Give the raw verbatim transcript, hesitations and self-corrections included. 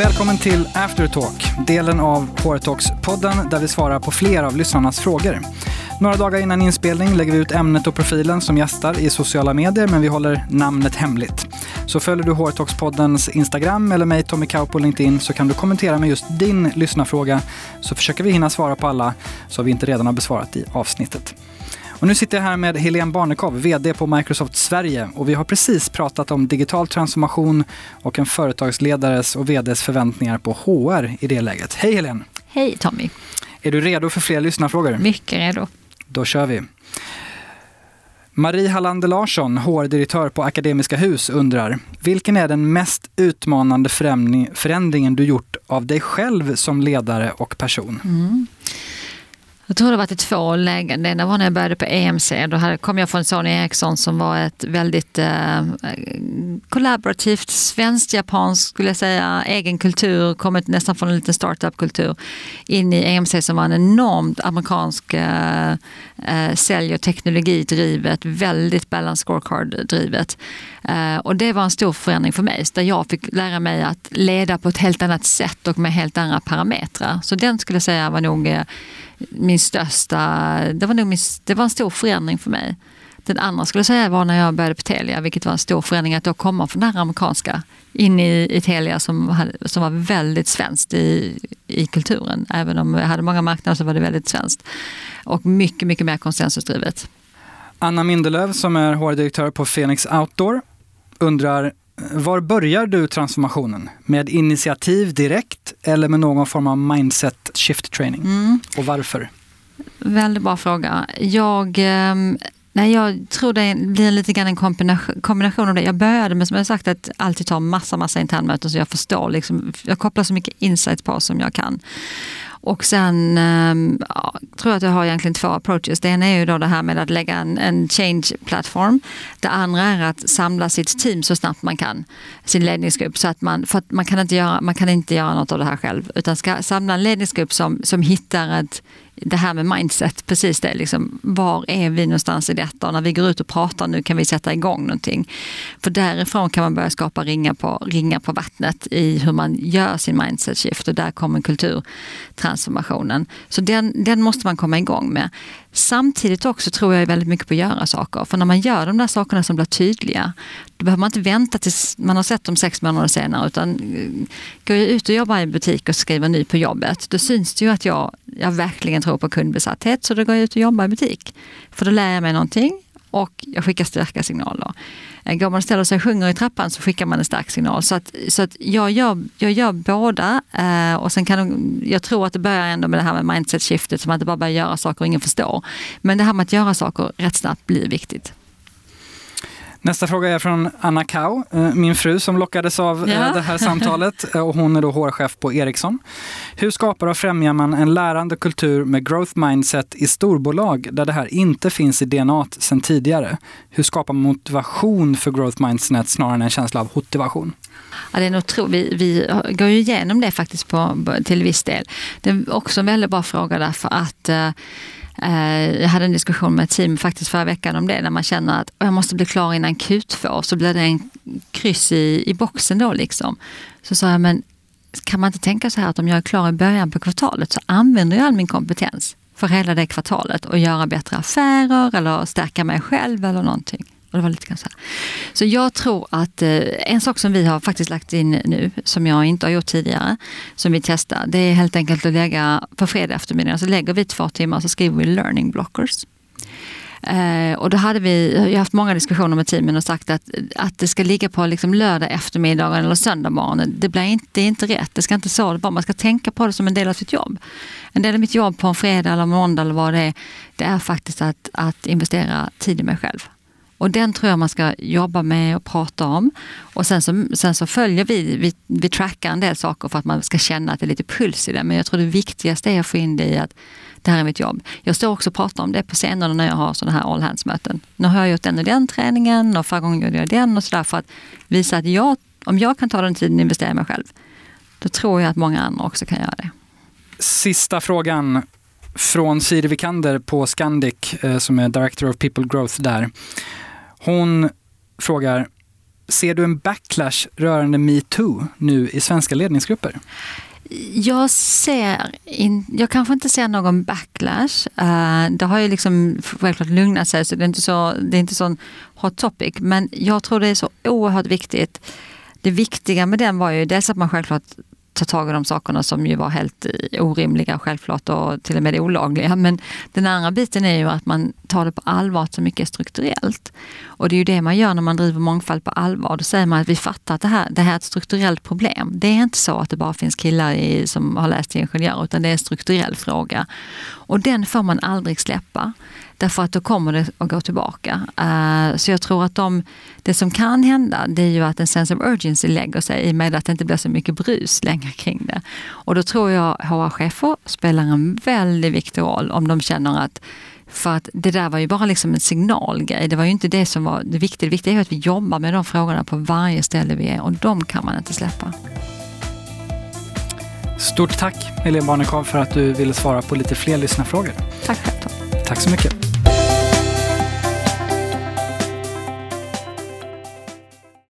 Välkommen till Aftertalk, delen av H R Talks-podden där vi svarar på flera av lyssnarnas frågor. Några dagar innan inspelning lägger vi ut ämnet och profilen som gästar i sociala medier, men vi håller namnet hemligt. Så följer du H R Talks-poddens Instagram eller mig, Tommy Kau, på LinkedIn, så kan du kommentera med just din lyssnarfråga, så försöker vi hinna svara på alla så vi inte redan har besvarat i avsnittet. Och nu sitter jag här med Helene Barnekow, vd på Microsoft Sverige, och vi har precis pratat om digital transformation och en företagsledares och vd:s förväntningar på H R i det läget. Hej Helene! Hej Tommy! Är du redo för fler lyssnarfrågor? Mycket redo. Då kör vi. Marie Hallander Larsson, H R-direktör på Akademiska Hus, undrar: vilken är den mest utmanande förändringen du gjort av dig själv som ledare och person? Mm. Jag tror det var i två lägen. Det ena var när jag började på E M C. Då hade, kom jag från Sony Ericsson som var ett väldigt eh, kollaborativt, svenskt-japanskt skulle jag säga, egen kultur, kommit nästan från en liten startup-kultur in i E M C som var en enormt amerikansk eh, eh, sälj- och teknologidrivet, väldigt balance scorecard-drivet. Eh, och det var en stor förändring för mig, där jag fick lära mig att leda på ett helt annat sätt och med helt andra parametrar. Så den skulle jag säga var nog eh, min största, det var nog min, det var en stor förändring för mig. Den andra skulle jag säga var när jag började på Telia, vilket var en stor förändring att då komma från det här amerikanska in i, i Telia som, hade, som var väldigt svenskt i, i kulturen. Även om jag hade många marknader så var det väldigt svenskt. Och mycket, mycket mer konsensusdrivet. Anna Mindelöv som är H R-direktör på Phoenix Outdoor undrar: var börjar du transformationen? Med initiativ direkt eller med någon form av mindset shift training? Mm. Och varför? Väldigt bra fråga. Jag, nej, jag tror det blir lite grann en kombination, kombination av det. Jag började med, som jag sagt, att alltid ta massa, massa internmöten så jag förstår. Liksom, jag kopplar så mycket insights på som jag kan. Och sen ja, tror jag att jag har egentligen två approaches. Det ena är ju då det här med att lägga en, en change-plattform. Det andra är att samla sitt team så snabbt man kan, sin ledningsgrupp. Så att man, för att man kan inte göra, man kan inte göra något av det här själv. Utan ska samla en ledningsgrupp som, som hittar ett, det här med mindset, precis det. Liksom, var är vi någonstans i detta? Och när vi går ut och pratar nu kan vi sätta igång någonting. För därifrån kan man börja skapa ringar på, ringar på vattnet i hur man gör sin mindset shift. Och där kommer kulturtransformationen. Så den, den måste man komma igång med. Samtidigt också tror jag väldigt mycket på att göra saker. För när man gör de där sakerna som blir tydliga, då behöver man inte vänta tills man har sett dem sex månader senare. Utan går jag ut och jobbar i butik och skriver ny på jobbet, då syns det ju att jag, jag verkligen tror på kundbesatthet. Så då går jag ut och jobbar i butik. För då lär jag mig någonting och jag skickar starka signaler. Går man och ställer sig och sjunger i trappan så skickar man en stark signal. Så att, så att jag, gör, jag gör båda eh, och sen kan jag tror att det börjar ändå med det här med mindset-skiftet som att inte bara börjar göra saker och ingen förstår. Men det här med att göra saker rätt snabbt blir viktigt. Nästa fråga är från Anna Kau, min fru som lockades av ja. det här samtalet, och hon är då H R-chef på Ericsson. Hur skapar och främjar man en lärande kultur med growth mindset i storbolag där det här inte finns i D N A sedan tidigare? Hur skapar man motivation för growth mindset snarare än en känsla av motivation? Ja, det är nog tro. Vi, vi går ju igenom det faktiskt på, till viss del. Det är också en väldigt bra fråga därför att jag hade en diskussion med ett team faktiskt förra veckan om det, när man känner att jag måste bli klar innan Q två, så blir det en kryss i, i boxen då liksom. Så sa jag, men kan man inte tänka så här att om jag är klar i början på kvartalet så använder jag all min kompetens för hela det kvartalet och göra bättre affärer eller stärka mig själv eller någonting. Och det var lite så här. Så jag tror att eh, en sak som vi har faktiskt lagt in nu, som jag inte har gjort tidigare, som vi testar, det är helt enkelt att lägga på fredag eftermiddag, så lägger vi två timmar och så skriver vi learning blockers. Eh, och då hade vi, jag har haft många diskussioner med teamen och sagt att, att det ska ligga på liksom lördag eftermiddag eller söndag morgon. Det blir inte, det är inte rätt. Det ska inte så vara. Man ska tänka på det som en del av sitt jobb. En del av mitt jobb på en fredag eller måndag eller vad det är, det är faktiskt att, att investera tid i mig själv. Och den tror jag man ska jobba med och prata om. Och sen så, sen så följer vi, vi, vi trackar en del saker för att man ska känna att det är lite puls i det. Men jag tror det viktigaste är att få in det i att det här är mitt jobb. Jag står också och pratar om det på scenen när jag har sådana här all hands-möten. Nu har jag gjort den och den träningen och förra gången gjorde jag den och sådär, för att visa att jag, om jag kan ta den tiden och investera i mig själv, då tror jag att många andra också kan göra det. Sista frågan från Siri Vikander på Scandic, som är Director of People Growth där. Hon frågar: Ser du en backlash rörande MeToo nu i svenska ledningsgrupper? Jag ser, in, jag kanske inte ser någon backlash. Uh, det har ju liksom självklart lugnat sig, så det är inte så, det är inte sån hot topic. Men jag tror det är så oerhört viktigt. Det viktiga med den var ju dels att man självklart tar tag i de sakerna som ju var helt orimliga självklart och till och med olagliga. Men den andra biten är ju att man tar det på allvar så mycket strukturellt. Och det är ju det man gör när man driver mångfald på allvar. Då säger man att vi fattar att det här, det här är ett strukturellt problem. Det är inte så att det bara finns killar i, som har läst till ingenjör, utan det är en strukturell fråga. Och den får man aldrig släppa. Därför att då kommer det att gå tillbaka. Uh, så jag tror att de, det som kan hända, det är ju att en sense of urgency lägger sig i med att det inte blir så mycket brus längre kring det. Och då tror jag H R-chefer spelar en väldigt viktig roll om de känner att, för att det där var ju bara liksom en signalgrej. Det var ju inte det som var det viktiga. Det viktiga är att vi jobbar med de frågorna på varje ställe vi är, och de kan man inte släppa. Stort tack Helene Barnekow för att du ville svara på lite fler lyssnarfrågor. Tack själv. Tack så mycket.